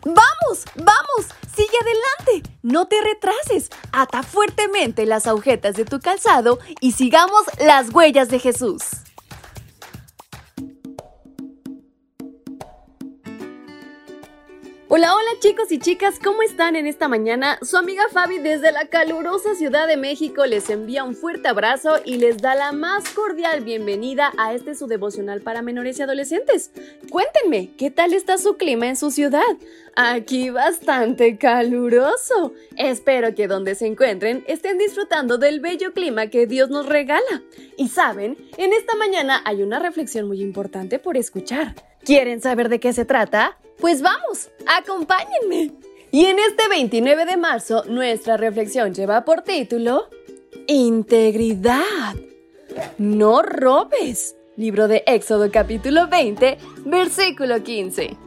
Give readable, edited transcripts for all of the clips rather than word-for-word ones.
¡Vamos! ¡Vamos! ¡Sigue adelante! No te retrases. Ata fuertemente las agujetas de tu calzado y sigamos las huellas de Jesús. Hola, hola chicos y chicas, ¿cómo están en esta mañana? Su amiga Fabi desde la calurosa Ciudad de México les envía un fuerte abrazo y les da la más cordial bienvenida a su devocional para menores y adolescentes. Cuéntenme, ¿qué tal está su clima en su ciudad? Aquí bastante caluroso. Espero que donde se encuentren estén disfrutando del bello clima que Dios nos regala. Y saben, en esta mañana hay una reflexión muy importante por escuchar. ¿Quieren saber de qué se trata? Pues vamos, acompáñenme. Y en este 29 de marzo, nuestra reflexión lleva por título Integridad. No robes. Libro de Éxodo capítulo 20, versículo 15.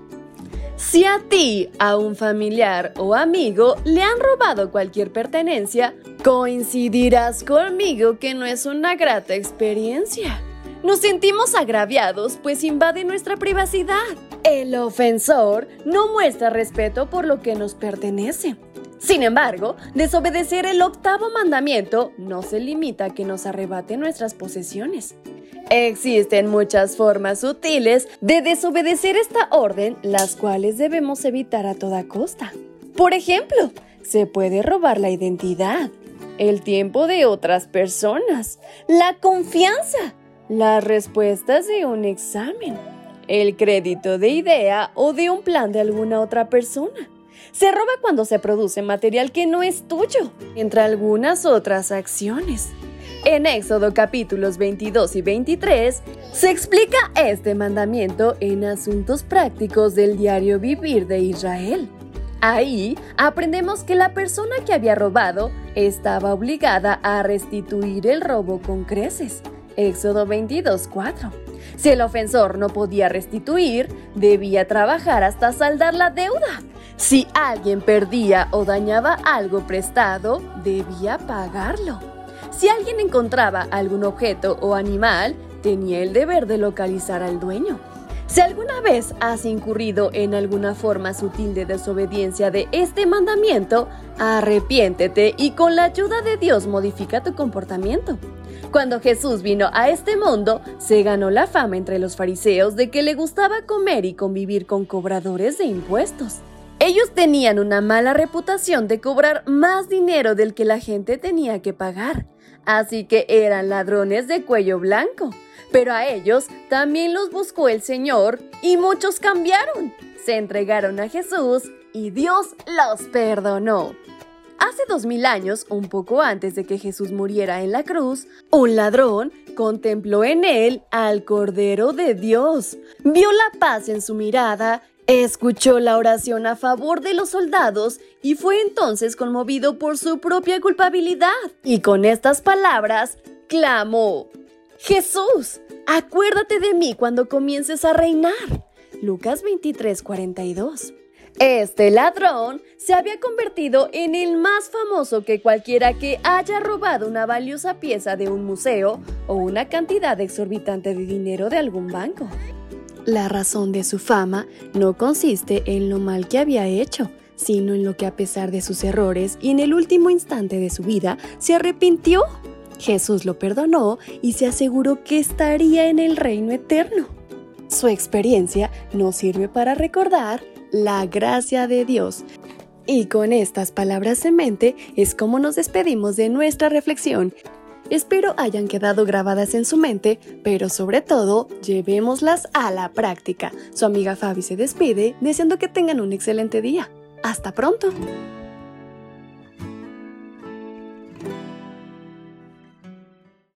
Si a ti, a un familiar o amigo le han robado cualquier pertenencia, coincidirás conmigo que no es una grata experiencia. Nos sentimos agraviados, pues invade nuestra privacidad. El ofensor no muestra respeto por lo que nos pertenece. Sin embargo, desobedecer el 8º mandamiento no se limita a que nos arrebate nuestras posesiones. Existen muchas formas sutiles de desobedecer esta orden, las cuales debemos evitar a toda costa. Por ejemplo, se puede robar la identidad, el tiempo de otras personas, la confianza, las respuestas de un examen, el crédito de idea o de un plan de alguna otra persona. Se roba cuando se produce material que no es tuyo, entre algunas otras acciones. En Éxodo capítulos 22 y 23 se explica este mandamiento en asuntos prácticos del diario vivir de Israel. Ahí aprendemos que la persona que había robado estaba obligada a restituir el robo con creces. Éxodo 22:4. Si el ofensor no podía restituir, debía trabajar hasta saldar la deuda. Si alguien perdía o dañaba algo prestado, debía pagarlo. Si alguien encontraba algún objeto o animal, tenía el deber de localizar al dueño. Si alguna vez has incurrido en alguna forma sutil de desobediencia de este mandamiento, arrepiéntete y con la ayuda de Dios modifica tu comportamiento. Cuando Jesús vino a este mundo, se ganó la fama entre los fariseos de que le gustaba comer y convivir con cobradores de impuestos. Ellos tenían una mala reputación de cobrar más dinero del que la gente tenía que pagar, así que eran ladrones de cuello blanco. Pero a ellos también los buscó el Señor y muchos cambiaron. Se entregaron a Jesús y Dios los perdonó. Hace 2000 años, un poco antes de que Jesús muriera en la cruz, un ladrón contempló en él al Cordero de Dios. Vio la paz en su mirada, escuchó la oración a favor de los soldados y fue entonces conmovido por su propia culpabilidad. Y con estas palabras, clamó: Jesús, acuérdate de mí cuando comiences a reinar. Lucas 23:42. Este ladrón se había convertido en el más famoso que cualquiera que haya robado una valiosa pieza de un museo o una cantidad exorbitante de dinero de algún banco. La razón de su fama no consiste en lo mal que había hecho, sino en lo que a pesar de sus errores y en el último instante de su vida se arrepintió. Jesús lo perdonó y se aseguró que estaría en el reino eterno. Su experiencia nos sirve para recordar la gracia de Dios. Y con estas palabras en mente es como nos despedimos de nuestra reflexión. Espero hayan quedado grabadas en su mente, pero sobre todo, llevémoslas a la práctica. Su amiga Fabi se despide, deseando que tengan un excelente día. ¡Hasta pronto!